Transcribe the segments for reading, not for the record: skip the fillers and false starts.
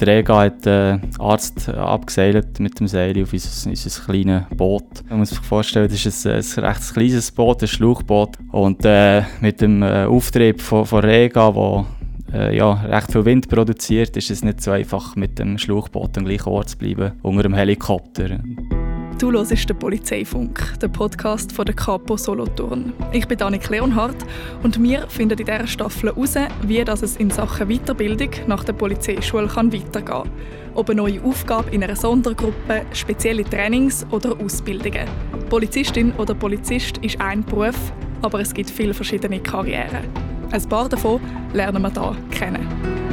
Der Rega hat den Arzt abgeseilt mit dem Seil auf unser kleines Boot. Man muss sich vorstellen, das ist ein recht kleines Boot, ein Schlauchboot. Und mit dem Auftrieb von Rega, wo recht viel Wind produziert, ist es nicht so einfach, mit dem Schlauchboot am gleichen Ort zu bleiben, unter dem Helikopter. Du hörst den Polizeifunk, der Podcast von der Kapo Solothurn. Ich bin Annik Leonhardt und wir finden in dieser Staffel heraus, wie das es in Sachen Weiterbildung nach der Polizeischule weitergehen kann. Ob eine neue Aufgabe in einer Sondergruppe, spezielle Trainings oder Ausbildungen. Polizistin oder Polizist ist ein Beruf, aber es gibt viele verschiedene Karrieren. Ein paar davon lernen wir hier kennen.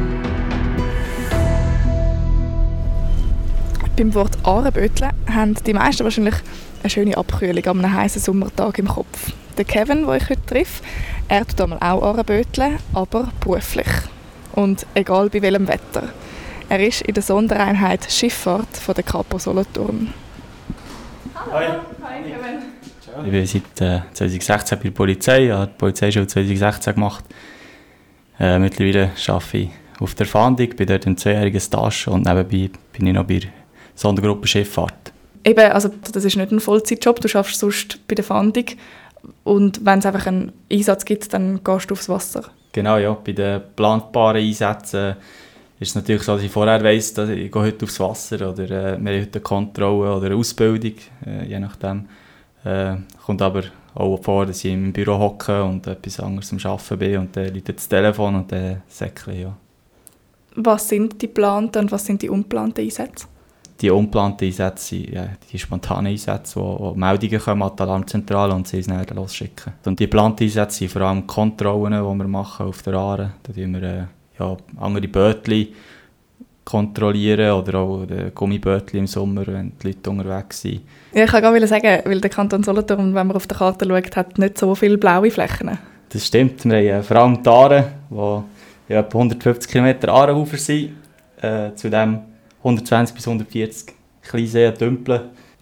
Beim Wort Ahrenbötle haben die meisten wahrscheinlich eine schöne Abkühlung an einem heißen Sommertag im Kopf. Der Kevin, den ich heute treffe, er tut einmal auch Ahrenbötle, aber beruflich. Und egal bei welchem Wetter. Er ist in der Sondereinheit Schifffahrt von der Kapo Solothurn. Hallo. Hi Kevin. Ich bin seit 2016 bei der Polizei, habe die Polizeischule 2016 gemacht. Mittlerweile arbeite ich auf der Fahndung, bin dort im 2-jährigen Stage und nebenbei bin ich noch bei der Sondergruppe Schifffahrt. Eben, also das ist nicht ein Vollzeitjob, du arbeitest sonst bei der Fahndung und wenn es einfach einen Einsatz gibt, dann gehst du aufs Wasser. Genau, ja. Bei den planbaren Einsätzen ist es natürlich so, dass ich vorher weiss, dass ich heute aufs Wasser oder wir haben heute eine Kontrolle oder eine Ausbildung, je nachdem. Kommt aber auch vor, dass ich im Büro hocke und etwas anderes am Arbeiten bin und dann läutet das Telefon und dann säckle ich. Ja. Was sind die geplanten und was sind die ungeplanten Einsätze? Die ungeplanten Einsätze sind die spontanen Einsätze, wo Meldungen kommen an die Alarmzentrale und sie es dann losschicken. Und die geplanten Einsätze sind vor allem Kontrollen, die wir machen auf der Aare. Da tun wir andere Bötchen kontrollieren oder auch Gummibötchen im Sommer, wenn die Leute unterwegs sind. Ja, ich kann gerade sagen, weil der Kanton Solothurn, wenn man auf der Karte schaut, hat nicht so viele blaue Flächen. Das stimmt. Wir haben vor allem die Aare, die etwa 150 km Aarenufer sind. Zudem 120 bis 140 Kleinseen und Tümpel,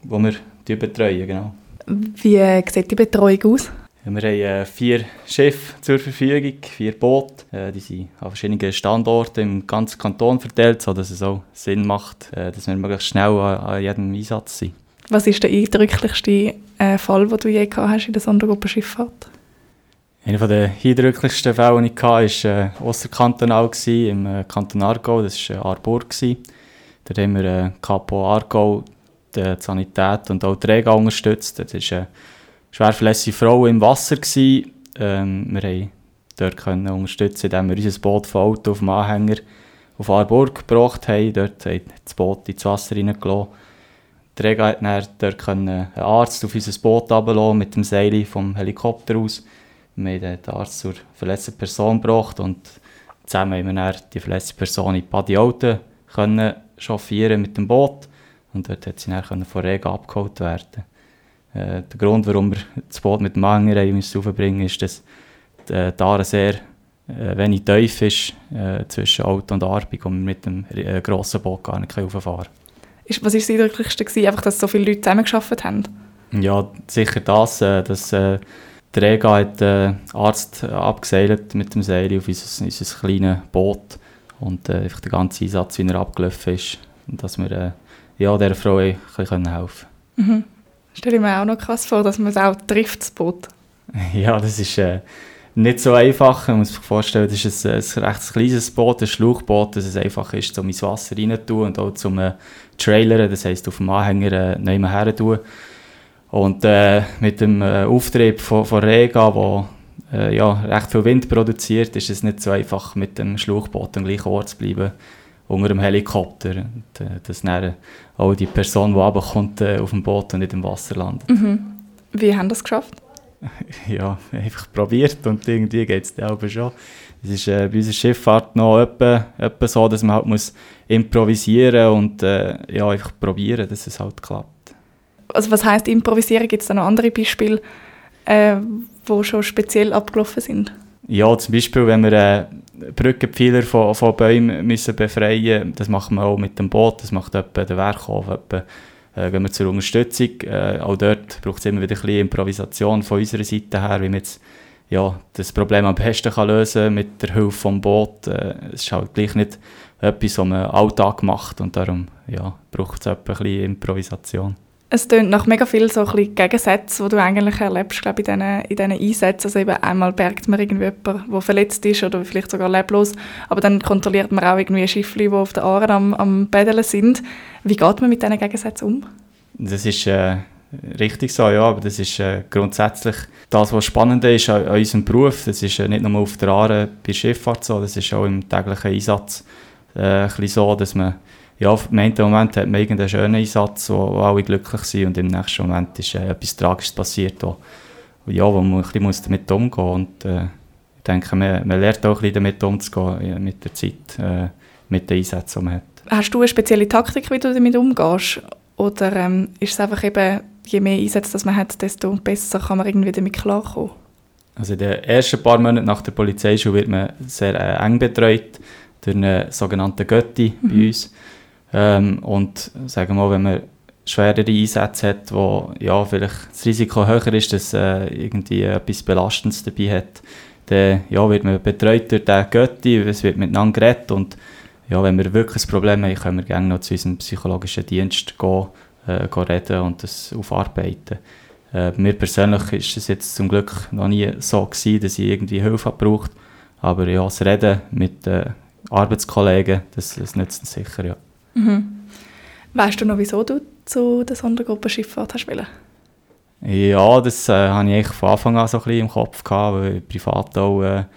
die wir betreuen. Genau. Wie sieht die Betreuung aus? Ja, wir haben 4 Schiffe zur Verfügung, 4 Boote. Die sind an verschiedenen Standorten im ganzen Kanton verteilt, sodass es auch Sinn macht, dass wir möglichst schnell an jedem Einsatz sind. Was ist der eindrücklichste Fall, den du je gehabt hast in der Sondergruppe Schifffahrt? Einer der eindrücklichsten Fälle, die ich hatte, war ausserkantonal im Kanton Aargau. Das war Aarburg. Dort haben wir Kapo Aargau, die Sanität und auch die Rega unterstützt. Das war eine schwerverletzte Frau im Wasser. Wir konnten dort unterstützen, indem wir unser Boot von Auto auf dem Anhänger auf Aarburg gebracht haben. Dort haben das Boot ins Wasser reingelassen. Die Rega hat dann dort einen Arzt auf unser Boot runterlassen mit dem Seil vom Helikopter aus. Wir haben den Arzt zur verletzten Person gebracht und zusammen haben wir dann die verletzte Person in die Paddy-Auto chauffieren mit dem Boot. Und dort konnte sie dann von Rega abgeholt werden. Der Grund, warum wir das Boot mit dem Anhänger aufbringen mussten, ist, dass die Aare sehr wenig tief ist zwischen Auto und Arbig und wir mit dem grossen Boot gar nicht rauffahren können. Was war das Eindrücklichste? Einfach, dass so viele Leute zusammengearbeitet haben? Ja, sicher das, dass der Rega hat den Arzt abgeseilt mit dem Seil auf unser kleines Boot und einfach der ganze Einsatz, wie er abgelaufen ist, und dass wir dieser Frau ein bisschen helfen können. Mhm. Stelle ich mir auch noch krass vor, dass man es auch trifft, das Boot. Ja, das ist nicht so einfach. Man muss sich vorstellen, das ist ein recht kleines Boot, ein Schlauchboot, dass es einfach ist, um ins Wasser rein zu tun und auch zum Trailern, das heisst auf dem Anhänger nicht mehr her tun. Und mit dem Auftrieb von Rega, wo recht viel Wind produziert, ist es nicht so einfach, mit dem Schlauchboot am gleichen Ort zu bleiben, unter dem Helikopter. Und, dass dann auch die Person, die runterkommt, auf dem Boot und nicht im Wasser landet. Mhm. Wie haben das geschafft? Ja, einfach probiert und irgendwie geht es dann aber schon. Es ist bei unserer Schifffahrt noch etwa so, dass man halt improvisieren und einfach probieren, dass es halt klappt. Also was heisst improvisieren? Gibt es da noch andere Beispiele, die schon speziell abgelaufen sind? Ja, zum Beispiel, wenn wir Brückenpfeiler von Bäumen müssen befreien müssen, das machen wir auch mit dem Boot, das macht etwa der Werkhof, gehen wir zur Unterstützung. Auch dort braucht es immer wieder ein bisschen Improvisation von unserer Seite her, wie man jetzt das Problem am besten lösen kann mit der Hilfe vom Boot. Es ist halt gleich nicht etwas, was man Alltag macht und darum braucht es ein bisschen Improvisation. Es tönt nach mega viel so ein bisschen Gegensätze, die du eigentlich erlebst, glaube ich, in diesen Einsätzen. Also eben einmal bergt man irgendwie jemanden, der verletzt ist oder vielleicht sogar leblos, aber dann kontrolliert man auch irgendwie Schiffchen, die auf der Aare am Paddeln sind. Wie geht man mit diesen Gegensätzen um? Das ist richtig so, ja, aber das ist grundsätzlich das, was spannend ist an unserem Beruf. Das ist nicht nur auf der Aare bei der Schifffahrt so, das ist auch im täglichen Einsatz ein bisschen so, dass man im einen Moment hat man irgendeinen schönen Einsatz, wo alle glücklich sind und im nächsten Moment ist etwas Tragisches passiert, wo man ein bisschen damit umgehen muss. Und ich denke, man lernt auch ein bisschen damit umzugehen mit der Zeit, mit den Einsätzen, die man hat. Hast du eine spezielle Taktik, wie du damit umgehst? Oder ist es einfach eben, je mehr Einsätze das man hat, desto besser kann man irgendwie damit klarkommen? Also in den ersten paar Monaten nach der Polizeischule wird man sehr eng betreut durch einen sogenannten Götti bei uns. Und sagen wir mal, wenn man schwerere Einsätze hat, wo vielleicht das Risiko höher ist, dass irgendwie etwas Belastendes dabei hat, dann wird man betreut durch den Götti, es wird miteinander geredet und wenn wir wirklich ein Problem haben, können wir gerne noch zu unserem psychologischen Dienst gehen reden und das aufarbeiten. Mir persönlich ist es jetzt zum Glück noch nie so gewesen, dass ich irgendwie Hilfe gebraucht habe, aber das Reden mit Arbeitskollegen, das nützt uns sicher, ja. Mhm. Weißt du noch, wieso du zu der Sondergruppe Schifffahrt hast wollen? Ja, das hatte ich eigentlich von Anfang an so ein bisschen im Kopf gehabt, weil ich privat auch ein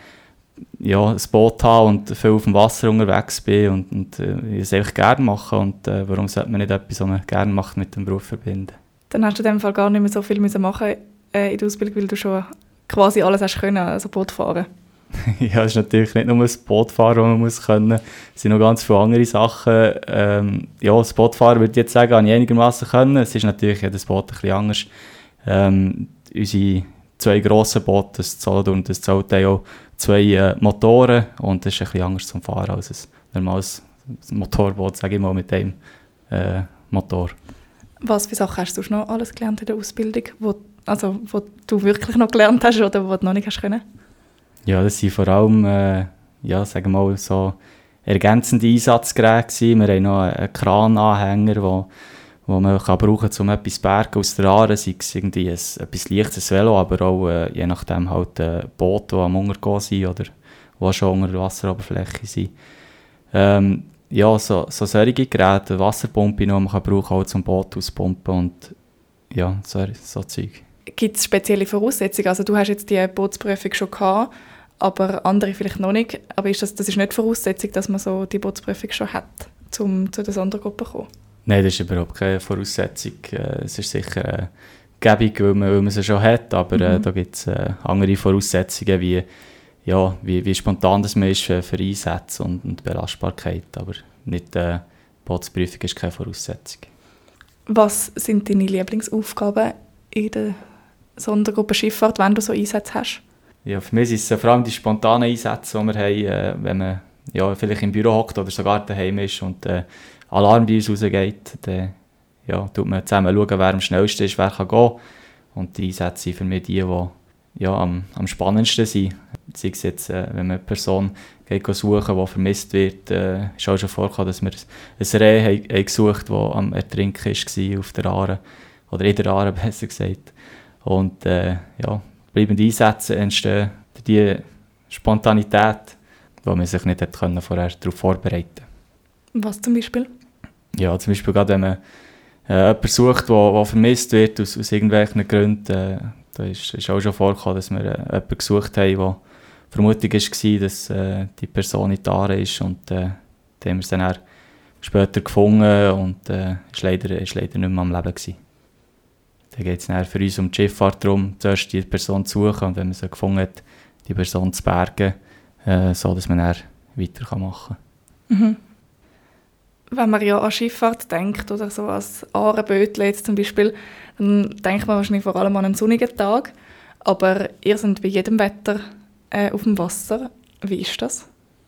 Boot habe und viel auf dem Wasser unterwegs bin und ich es einfach gerne mache. Und warum sollte man nicht etwas, was man gerne macht, mit dem Beruf verbinden? Dann hast du in dem Fall gar nicht mehr so viel machen in der Ausbildung, weil du schon quasi alles hast können, also Boot fahren. Ja, es ist natürlich nicht nur das Bootfahren, das man muss können. Es sind noch ganz viele andere Sachen. Das Bootfahren würde ich jetzt sagen, habe ich einigermaßen können. Es ist natürlich jedes Boot ein bisschen anders. Unsere 2 grossen Boote, das Solothurn und das Zollteil, auch 2 Motoren und das ist ein bisschen anders zum Fahren als ein normales Motorboot, sage ich mal, mit einem Motor. Was für Sachen hast du noch alles gelernt in der Ausbildung, wo du wirklich noch gelernt hast oder wo du noch nicht hast können? Ja, das waren vor allem, sagen wir mal, so ergänzende Einsatzgeräte. Wir haben noch einen Krananhänger, wo man kann brauchen kann, um etwas zu bergen aus der Aare, sei es irgendwie etwas leichtes Velo, aber auch je nachdem halt Boote, die am Untergehen sind oder die schon unter der Wasseroberfläche sind. So solche Geräte, Wasserpumpe, die man kann brauchen auch zum Boot auspumpen und so Zeug. Gibt es spezielle Voraussetzungen? Also du hast jetzt die Bootsprüfung schon gehabt, aber andere vielleicht noch nicht. Aber das ist nicht Voraussetzung, dass man so die Bootsprüfung schon hat, um zu der Sondergruppe zu kommen? Nein, das ist überhaupt keine Voraussetzung. Es ist sicher gäbig, weil man sie schon hat, aber da gibt es andere Voraussetzungen, wie spontan das man ist für Einsätze und Belastbarkeit. Aber nicht Bootsprüfung ist keine Voraussetzung. Was sind deine Lieblingsaufgaben in der Sondergruppe Schifffahrt, wenn du so Einsätze hast? Ja, für mich sind es vor allem die spontanen Einsätze, die wir haben, wenn man vielleicht im Büro hockt oder sogar daheim ist und Alarm bei uns rausgeht, dann schaut man zusammen, wer am schnellsten ist, wer kann gehen. Und die Einsätze sind für mich die am spannendsten sind. Sei es jetzt, wenn man eine Person geht suchen, die vermisst wird, ist auch schon vorgekommen, dass wir ein Reh haben gesucht, das am Ertrinken war auf der Aare. Oder in der Aare, besser gesagt. Und bleibende Einsätze entstehen die Spontanität, wo man sich nicht vorher darauf vorbereiten konnte. Was zum Beispiel? Ja, zum Beispiel gerade, wenn man jemanden sucht, der vermisst wird aus irgendwelchen Gründen. Da ist auch schon vorgekommen, dass wir jemanden gesucht haben, der Vermutung war, dass die Person in der Aare ist. Und dann haben wir sie dann später gefunden und ist leider nicht mehr am Leben gewesen. Dann geht es für uns um die Schifffahrt darum, zuerst die Person zu suchen und wenn man sie gefunden hat, die Person zu bergen, so dass man dann weitermachen kann. Mhm. Wenn man an Schifffahrt denkt oder so als Aarebötchen jetzt zum Beispiel, dann denkt man wahrscheinlich vor allem an einen sonnigen Tag. Aber ihr seid bei jedem Wetter auf dem Wasser. Wie ist das?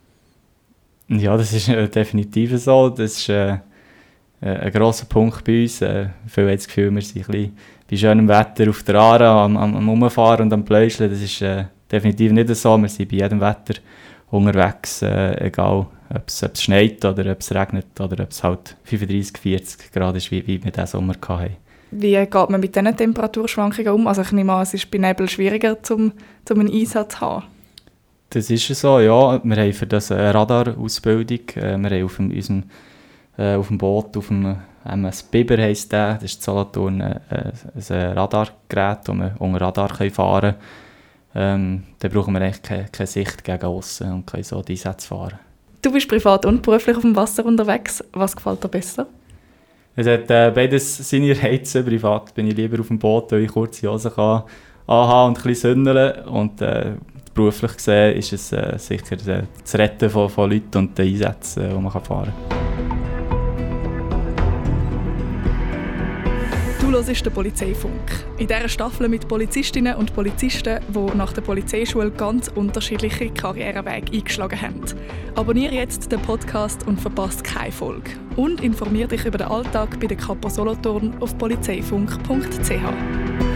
Ja, das ist definitiv so. Das ist ein grosser Punkt bei uns. Viele haben das Gefühl, wir sind ein bisschen bei schönem Wetter auf der Aare am Rumfahren und am Pläuscheln. Das ist definitiv nicht so. Wir sind bei jedem Wetter unterwegs, egal ob es schneit oder ob es regnet oder ob es halt 35, 40 Grad ist, wie wir diesen Sommer hatten. Wie geht man mit diesen Temperaturschwankungen um? Also ich nehme an, es ist bei Nebel schwieriger, um einen Einsatz zu haben. Das ist so, ja. Wir haben für das eine Radarausbildung. Wir haben auf dem Boot, auf dem MS Biber heisst der, das ist in Solothurn ein Radargerät, das wir unter Radar fahren können. Da brauchen wir eigentlich keine Sicht gegen aussen und können so die Einsätze fahren. Du bist privat und beruflich auf dem Wasser unterwegs. Was gefällt dir besser? Es hat beides seine Reize. Privat bin ich lieber auf dem Boot, weil ich kurze Hosen anhaben und ein bisschen sünneln. Und beruflich gesehen ist es sicher das Retten von Leuten und den Einsätzen, die man fahren kann. Du hörst den Polizeifunk. In dieser Staffel mit Polizistinnen und Polizisten, die nach der Polizeischule ganz unterschiedliche Karrierewege eingeschlagen haben. Abonniere jetzt den Podcast und verpasst keine Folge. Und informiere dich über den Alltag bei der Kapo Solothurn auf polizeifunk.ch.